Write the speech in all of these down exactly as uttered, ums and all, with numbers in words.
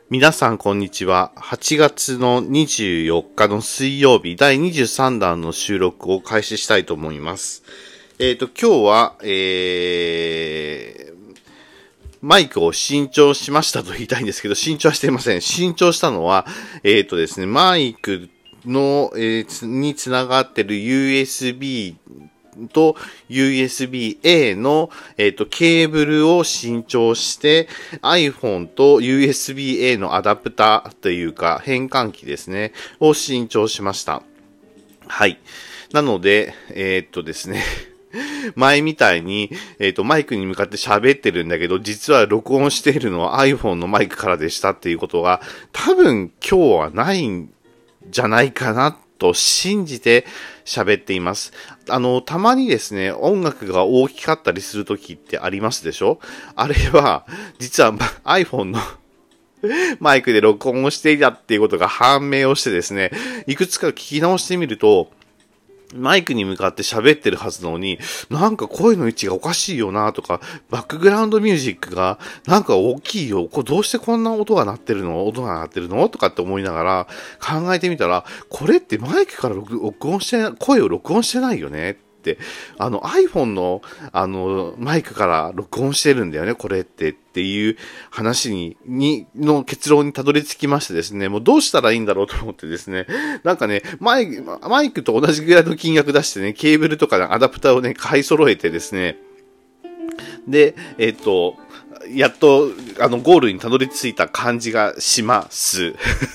皆さんこんにちは。はちがつのにじゅうよっかの水曜日だいにじゅうさんだんの収録を開始したいと思います。えっと、今日は、えー、マイクを新調しましたと言いたいんですけど、新調はしていません。新調したのは、えっとですね、マイクの、えー、につながっている ユーエスビー、と ユーエスビーエー の、えっと、ケーブルを新調して iPhone と ユーエスビーエー のアダプターというか変換器ですね、を新調しました。はい。なので、えっとですね、前みたいに、えっと、マイクに向かって喋ってるんだけど、実は録音しているのは iPhone のマイクからでしたっていうことが多分今日はないんじゃないかなと信じて喋っています。あの、たまにですね、音楽が大きかったりするときってありますでしょ？あれは、実は iPhone のマイクで録音をしていたっていうことが判明をしてですね、いくつか聞き直してみると、マイクに向かって喋ってるはずなのに、なんか声の位置がおかしいよなとか、バックグラウンドミュージックがなんか大きいよ。これどうしてこんな音が鳴ってるの音が鳴ってるのとかって思いながら考えてみたら、これってマイクから録音して、声を録音してないよねって、あの iPhone のあのマイクから録音してるんだよね、これってっていう話に、に、の結論にたどり着きましてですね、もうどうしたらいいんだろうと思ってですね、なんかね、マイク、マイクと同じぐらいの金額出してね、ケーブルとかアダプターをね、買い揃えてですね、で、えっと、やっと、あの、ゴールにたどり着いた感じがします。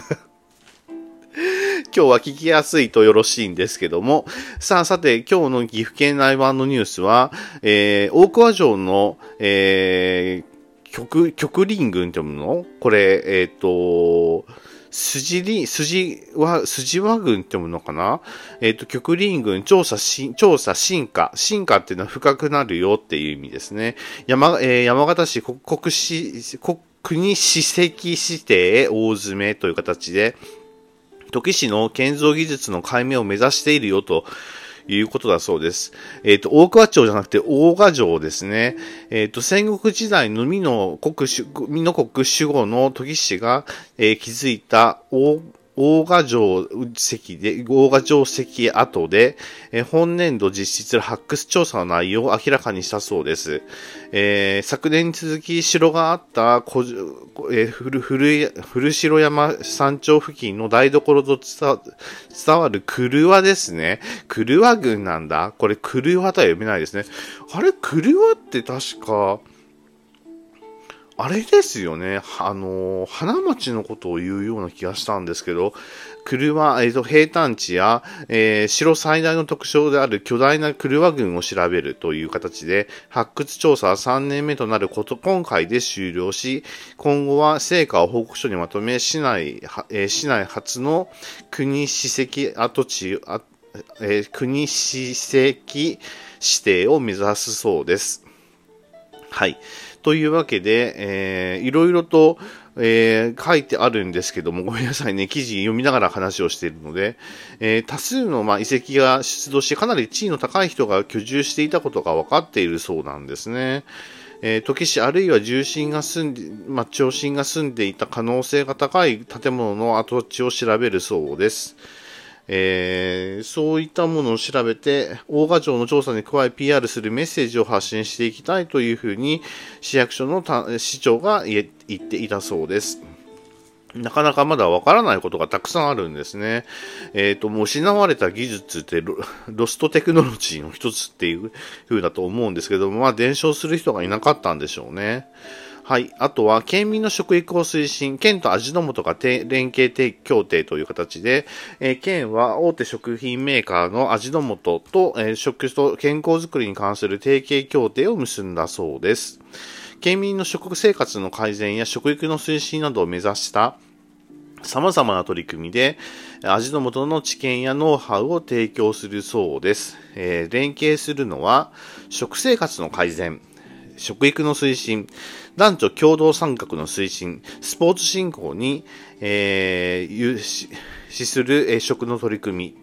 今日は聞きやすいとよろしいんですけども、さあ、さて、今日の岐阜県内版のニュースは、えー、大桑城の、えー、極、極林軍って読むの？これ、えっと、筋り、筋は、筋和軍って読むのかな？えっと、極林軍調査し、調査進化。進化っていうのは深くなるよっていう意味ですね。山、えー、山形市国、国市、国、国史跡指定大詰めという形で、土岐市の建造技術の解明を目指しているよということだそうです。えっと、大桑町じゃなくて大賀城ですね。えっと、戦国時代の美濃国主、美濃国守護の土岐市が、えー、築いた大大賀城跡で、大賀城跡跡で、えー、本年度実施する発掘調査の内容を明らかにしたそうです。えー、昨年に続き城があった小、えー、古、古、古城山山頂付近の台所と伝わる廓輪ですね。廓輪郡なんだ。これ廓輪とは読めないですね。あれ廓輪って確か、あれですよね。あの、花町のことを言うような気がしたんですけど、廓輪、えっと、平坦地や、えー、城最大の特徴である巨大な廓輪群を調べるという形で、発掘調査はさんねんめとなること、今回で終了し、今後は成果を報告書にまとめ、市内、えー、市内初の国史跡跡地、あえー、国史跡指定を目指すそうです。はい。というわけで、えー、いろいろと、えー、書いてあるんですけども、ごめんなさいね、記事読みながら話をしているので、えー、多数の、まあ、遺跡が出土し、かなり地位の高い人が居住していたことが分かっているそうなんですね。えー、土岐市あるいは重臣が住んで、まあ、長臣が住んでいた可能性が高い建物の跡地を調べるそうです。えー、そういったものを調べて、大賀城の調査に加え ピーアール するメッセージを発信していきたいというふうに市役所の市長が言っていたそうです。なかなかまだわからないことがたくさんあるんですね。えっと、もう失われた技術ってロ、ロストテクノロジーの一つっていう風だと思うんですけども、まあ伝承する人がいなかったんでしょうね。はい。あとは、県民の食育を推進、県と味の素が連携協定という形で、えー、県は大手食品メーカーの味の素と、えー、食と健康づくりに関する提携協定を結んだそうです。県民の食生活の改善や食育の推進などを目指した様々な取り組みで、味の素の知見やノウハウを提供するそうです。えー、連携するのは、食生活の改善、食育の推進、男女共同参画の推進、スポーツ振興に、えー、有しする、えー、食の取り組み、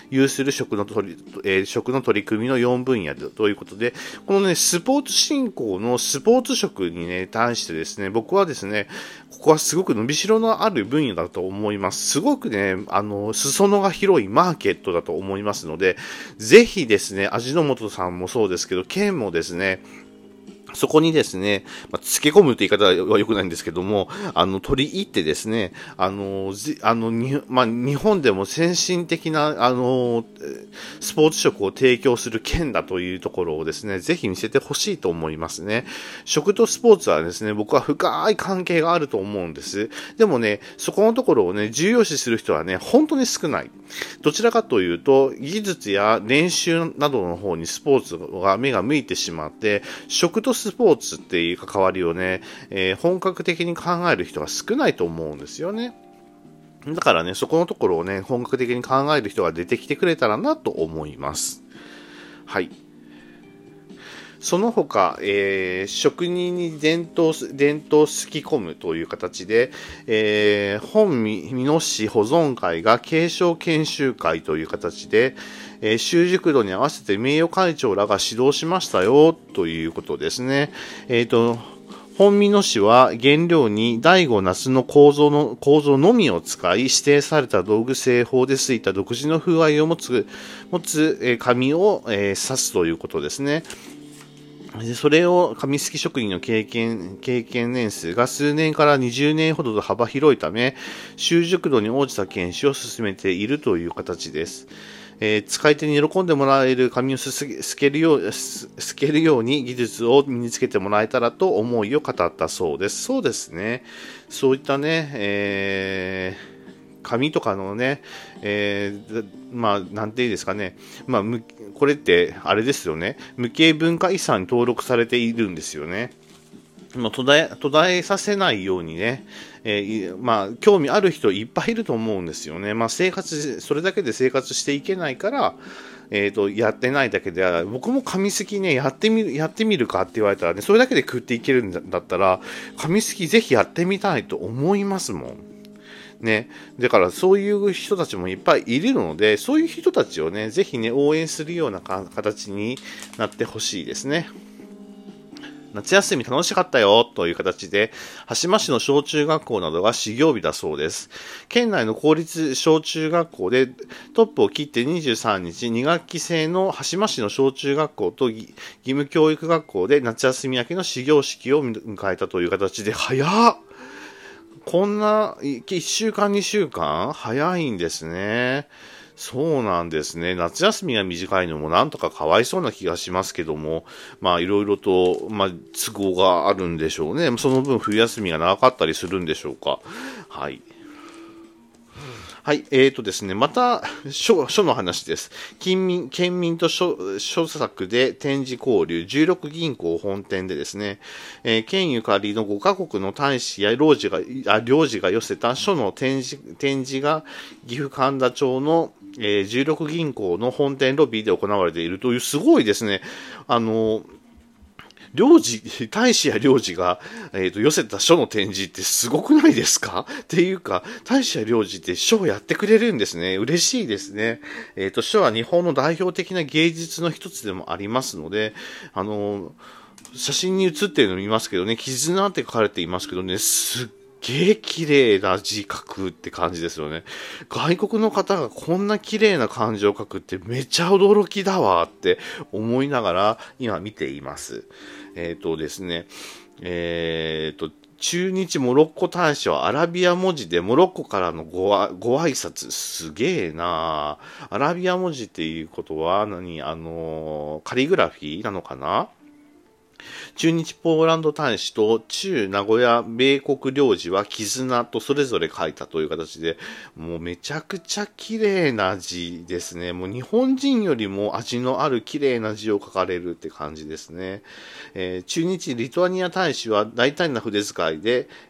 有する食の取り、えー、食の取り組みのよんぶんやということで、このね、スポーツ振興のスポーツ食にね、対してですね、僕はですね、ここはすごく伸びしろのある分野だと思います。すごくね、あの、裾野が広いマーケットだと思いますので、ぜひですね、味の素さんもそうですけど、県もですね、そこにですね、まあ、漬け込むという言い方は良くないんですけども、あの、取り入ってですね、あの、じあの、に、まあ、日本でも先進的な、あの、スポーツ食を提供する県だというところをですね、ぜひ見せてほしいと思いますね。食とスポーツはですね、僕は深い関係があると思うんです。でもね、そこのところをね、重要視する人はね、本当に少ない。どちらかというと、技術や練習などの方にスポーツが目が向いてしまって、食とスポーツっていう関わりをね、えー、本格的に考える人が少ないと思うんですよね。だからね、そこのところをね、本格的に考える人が出てきてくれたらなと思います。はい。その他、えー、職人に伝統、伝統すき込むという形で、えー、本美濃市保存会が継承研修会という形で、えー、習熟度に合わせて名誉会長らが指導しましたよということですね。えっと、本美濃市は原料に醍醐那須の構造の、構造のみを使い指定された道具製法でついた独自の風合いを持つ、持つ、えー、紙を、えー、指すということですね。それを紙すき職人の経験、経験年数が数年からにじゅうねんほどと幅広いため、習熟度に応じた研修を進めているという形です。えー、使い手に喜んでもらえる紙をすけるよう、すけるように技術を身につけてもらえたらと思いを語ったそうです。そうですね。そういったね、えー紙とかのね、えー、まあ、なんていいですかね。まあ、これって、あれですよね。無形文化遺産に登録されているんですよね。まあ、途絶え、途絶えさせないようにね、えー、まあ、興味ある人いっぱいいると思うんですよね。まあ、生活、それだけで生活していけないから、えっと、やってないだけで、僕も紙すきね、やってみる、やってみるかって言われたらね、それだけで食っていけるんだったら、紙すきぜひやってみたいと思いますもん。ね。だからそういう人たちもいっぱいいるので、そういう人たちをね、ぜひね、応援するような形になってほしいですね。夏休み楽しかったよという形で、羽島市の小中学校などが始業日だそうです。県内の公立小中学校でトップを切ってにじゅうさんにち、に学期制の羽島市の小中学校と義務教育学校で夏休み明けの始業式を迎えたという形で、早っこんないっしゅうかん、にしゅうかん早いんですね。そうなんですね。夏休みが短いのもなんとかかわいそうな気がしますけども、まあいろいろと、まあ都合があるんでしょうね。その分冬休みが長かったりするんでしょうか。はい。はい、えーとですね、また、書、書の話です。近民、県民と書、書作で展示交流、じゅうろく銀行本店でですね、えー、県ゆかりのごカ国の大使や領事が、あ、領事が寄せた書の展示、展示が、岐阜神田町の、えー、じゅうろく銀行の本店ロビーで行われているという、すごいですね、あの、領事、大使や領事が、えっと、寄せた書の展示ってすごくないですかっていうか、大使や領事って書をやってくれるんですね。嬉しいですね。えっと、書は日本の代表的な芸術の一つでもありますので、あの、写真に写っているの見ますけどね、絆って書かれていますけどね、すっげえ綺麗な字書くって感じですよね。外国の方がこんな綺麗な漢字を書くってめちゃ驚きだわって思いながら今見ています。えっとですね、えっと、駐日モロッコ大使はアラビア文字でモロッコからのごあご挨拶すげえなアラビア文字っていうことは何あのカリグラフィーなのかな駐日ポーランド大使と駐名古屋米国領事は絆とそれぞれ書いたという形で、もうめちゃくちゃ綺麗な字ですね。もう日本人よりも味のある綺麗な字を書かれるって感じですね。えー、駐日リトアニア大使は大胆な筆遣いで、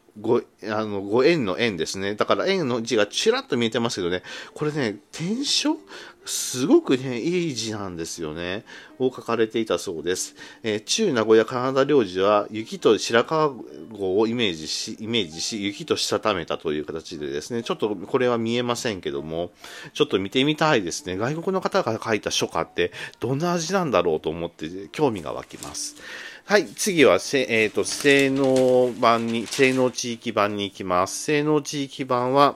ご、あの、ご縁の縁ですね。だから円の字がちらっと見えてますけどね、これね、天書すごくね、いい字なんですよね。を書かれていたそうです。えー、中名古屋カナダ領事は雪と白川郷をイメージし、イメージし、雪としたためたという形でですね、ちょっとこれは見えませんけども、ちょっと見てみたいですね。外国の方が書いた書家ってどんな味なんだろうと思って興味が湧きます。はい、次は、えっと、性能版に、性能地域版に行きます。性能地域版は、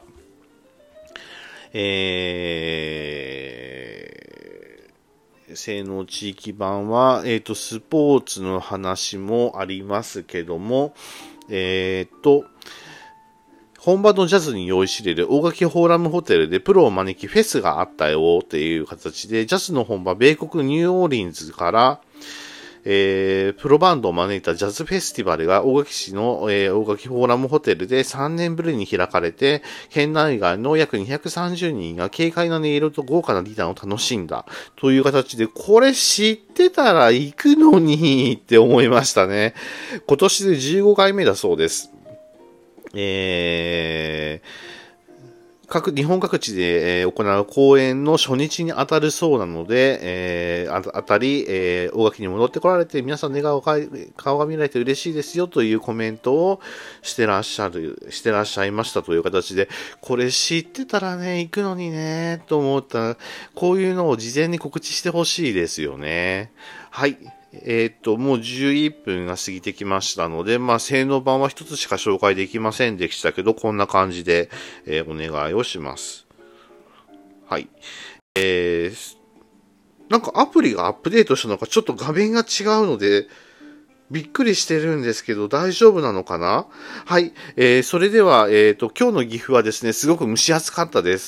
えー、性能地域版は、えっと、スポーツの話もありますけども、えっと、本場のジャズに酔いしれる大垣フォーラムホテルでプロを招きフェスがあったよっていう形で、ジャズの本場米国ニューオーリンズから、えー、プロバンドを招いたジャズフェスティバルが大垣市の、えー、大垣フォーラムホテルでさんねんぶりに開かれて、県内外の約にひゃくさんじゅうにんが軽快な音色と豪華なリーダーを楽しんだという形で、これ知ってたら行くのにって思いましたね。今年でじゅうごかいめだそうです。えー各、日本各地で、えー、行う公演の初日に当たるそうなので、えー、あ当たり、えー、大垣に戻ってこられて、皆さん笑顔が、顔が見られて嬉しいですよというコメントをしてらっしゃる、してらっしゃいましたという形で、これ知ってたらね、行くのにね、と思ったら、こういうのを事前に告知してほしいですよね。はい。えっと、もうじゅういっぷんが過ぎてきましたので、まあ、性能版は一つしか紹介できませんでしたけど、こんな感じで、えー、お願いをします。はい。えー、なんかアプリがアップデートしたのか、ちょっと画面が違うので、びっくりしてるんですけど、大丈夫なのかな？はい。えー、それでは、えっと、今日の岐阜はですね、すごく蒸し暑かったです。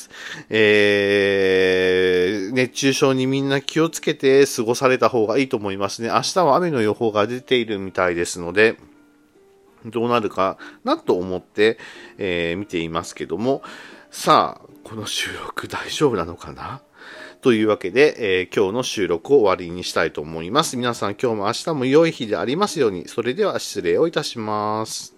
えー、熱中症にみんな気をつけて過ごされた方がいいと思いますね。明日は雨の予報が出ているみたいですので、どうなるかなと思って、えー、見ていますけども、さあ、この収録大丈夫なのかな？というわけで、えー、今日の収録を終わりにしたいと思います。皆さん今日も明日も良い日でありますように。それでは失礼をいたします。